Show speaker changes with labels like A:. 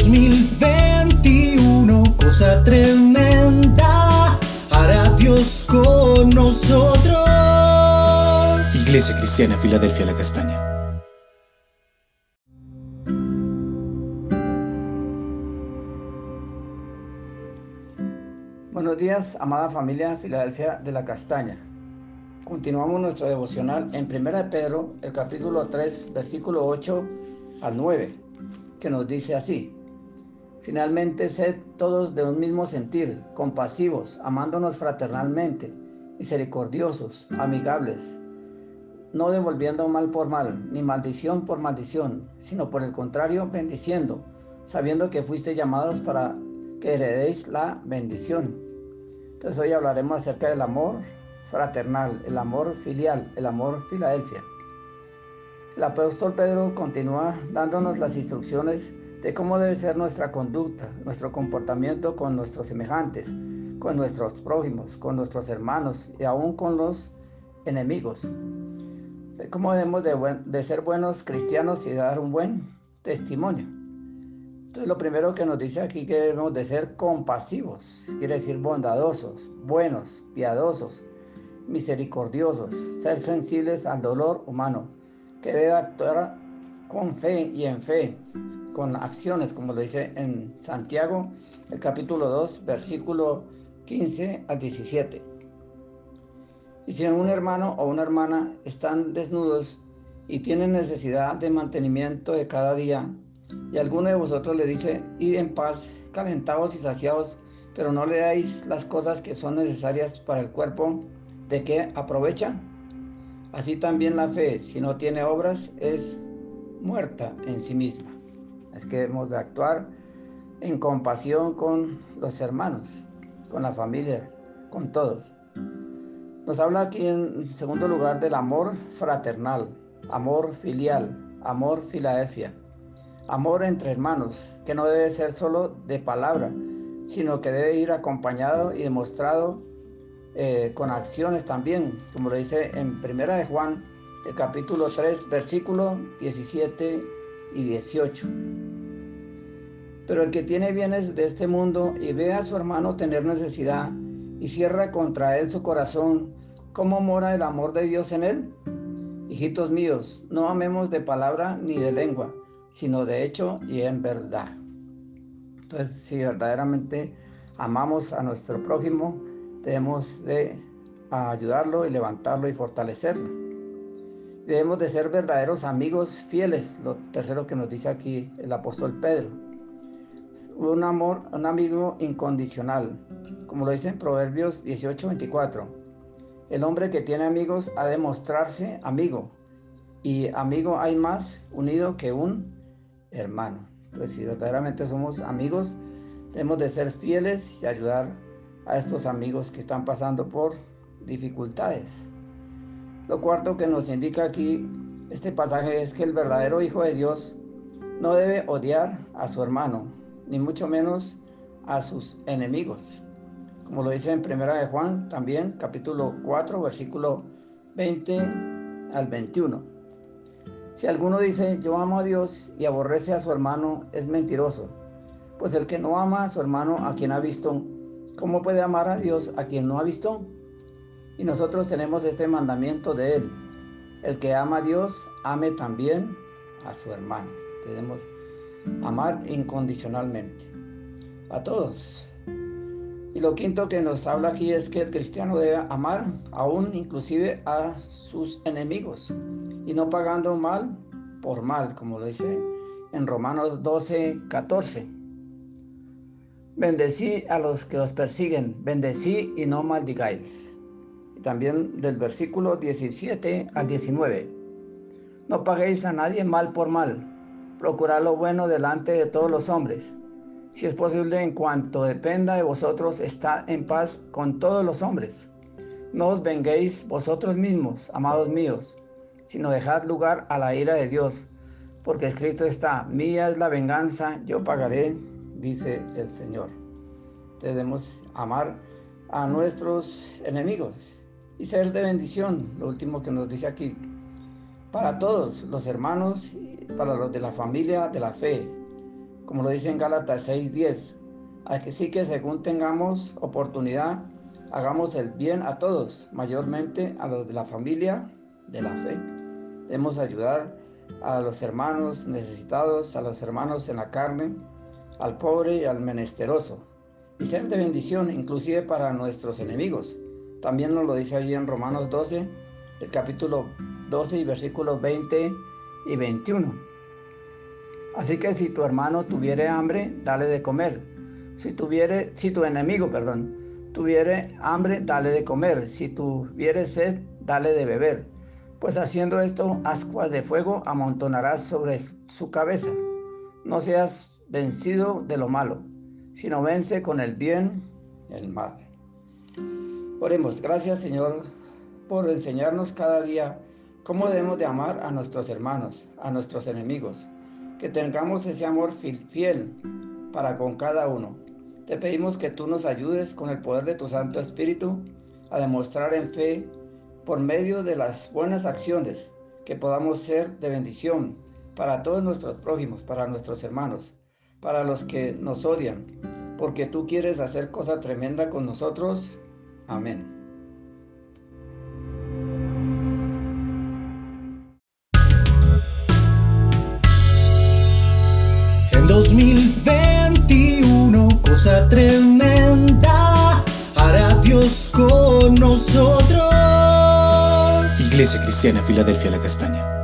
A: 2021, cosa tremenda hará Dios con nosotros.
B: Iglesia Cristiana Filadelfia La Castaña.
C: Buenos días, amada familia Filadelfia de La Castaña. Continuamos nuestro devocional en 1 de Pedro, el capítulo 3, versículo 8 al 9, que nos dice así: Finalmente, sed todos de un mismo sentir, compasivos, amándonos fraternalmente, misericordiosos, amigables, no devolviendo mal por mal, ni maldición por maldición, sino por el contrario, bendiciendo, sabiendo que fuiste llamados para que heredéis la bendición. Entonces hoy hablaremos acerca del amor fraternal, el amor filial, el amor Filadelfia. El apóstol Pedro continúa dándonos las instrucciones de cómo debe ser nuestra conducta, nuestro comportamiento con nuestros semejantes, con nuestros prójimos, con nuestros hermanos y aún con los enemigos. De cómo debemos de ser buenos cristianos y dar un buen testimonio. Entonces lo primero que nos dice aquí que debemos de ser compasivos, quiere decir bondadosos, buenos, piadosos, misericordiosos, ser sensibles al dolor humano, que debe actuar con fe y en fe, con acciones, como lo dice en Santiago, el capítulo 2, versículo 15 al 17. Y si un hermano o una hermana están desnudos y tienen necesidad de mantenimiento de cada día, y alguno de vosotros le dice: id en paz, calentados y saciados, pero no le dais las cosas que son necesarias para el cuerpo, ¿de qué aprovecha? Así también la fe, si no tiene obras, es muerta en sí misma. Es que debemos de actuar en compasión con los hermanos, con la familia, con todos. Nos habla aquí en segundo lugar del amor fraternal, amor filial, amor Filadelfia. Amor entre hermanos, que no debe ser solo de palabra, sino que debe ir acompañado y demostrado con acciones también, como lo dice en 1 de Juan, el capítulo 3, versículos 17 y 18. Pero el que tiene bienes de este mundo y ve a su hermano tener necesidad y cierra contra él su corazón, ¿cómo mora el amor de Dios en él? Hijitos míos, no amemos de palabra ni de lengua, sino de hecho y en verdad. Entonces, si verdaderamente amamos a nuestro prójimo, debemos de ayudarlo y levantarlo y fortalecerlo. Debemos de ser verdaderos amigos fieles, lo tercero que nos dice aquí el apóstol Pedro. Un amigo incondicional, como lo dice en Proverbios 18:24. El hombre que tiene amigos ha de mostrarse amigo, y amigo hay más unido que un hermano. Entonces, si verdaderamente somos amigos, debemos de ser fieles y ayudar a estos amigos que están pasando por dificultades. Lo cuarto que nos indica aquí este pasaje es que el verdadero Hijo de Dios no debe odiar a su hermano, ni mucho menos a sus enemigos. Como lo dice en 1 de Juan, también capítulo 4, versículo 20 al 21. Si alguno dice: yo amo a Dios, y aborrece a su hermano, es mentiroso. Pues el que no ama a su hermano a quien ha visto, ¿cómo puede amar a Dios a quien no ha visto? Y nosotros tenemos este mandamiento de él: el que ama a Dios, ame también a su hermano. Debemos amar incondicionalmente a todos. Y lo quinto que nos habla aquí es que el cristiano debe amar aún inclusive a sus enemigos, y no pagando mal por mal, como lo dice en Romanos 12:14. Bendecí a los que os persiguen, bendecí y no maldigáis. Y también del versículo 17 al 19. No paguéis a nadie mal por mal, procurad lo bueno delante de todos los hombres. Si es posible, en cuanto dependa de vosotros, estad en paz con todos los hombres. No os venguéis vosotros mismos, amados míos, sino dejad lugar a la ira de Dios, porque escrito está: mía es la venganza, yo pagaré, dice el Señor. Debemos amar a nuestros enemigos y ser de bendición, lo último que nos dice aquí, para todos los hermanos, para los de la familia de la fe, como lo dice en Gálatas 6:10. Así que según tengamos oportunidad, hagamos el bien a todos, mayormente a los de la familia de la fe. Debemos ayudar a los hermanos necesitados, a los hermanos en la carne, al pobre y al menesteroso, y ser de bendición inclusive para nuestros enemigos. También nos lo dice allí en Romanos 12, el capítulo 12 y versículos 20 y 21. Así que si tu hermano tuviere hambre, dale de comer. Si tu enemigo, tuviere hambre, dale de comer. Si tuviere sed, dale de beber. Pues haciendo esto, ascuas de fuego amontonarás sobre su cabeza. No seas vencido de lo malo, sino vence con el bien el mal. Oremos. Gracias, Señor, por enseñarnos cada día cómo debemos de amar a nuestros hermanos, a nuestros enemigos. Que tengamos ese amor fiel para con cada uno. Te pedimos que tú nos ayudes con el poder de tu Santo Espíritu a demostrar en fe, por medio de las buenas acciones, que podamos ser de bendición para todos nuestros prójimos, para nuestros hermanos, para los que nos odian, porque tú quieres hacer cosa tremenda con nosotros. Amén.
A: En 2021, cosa tremenda hará Dios con nosotros.
B: Iglesia Cristiana Filadelfia La Castaña.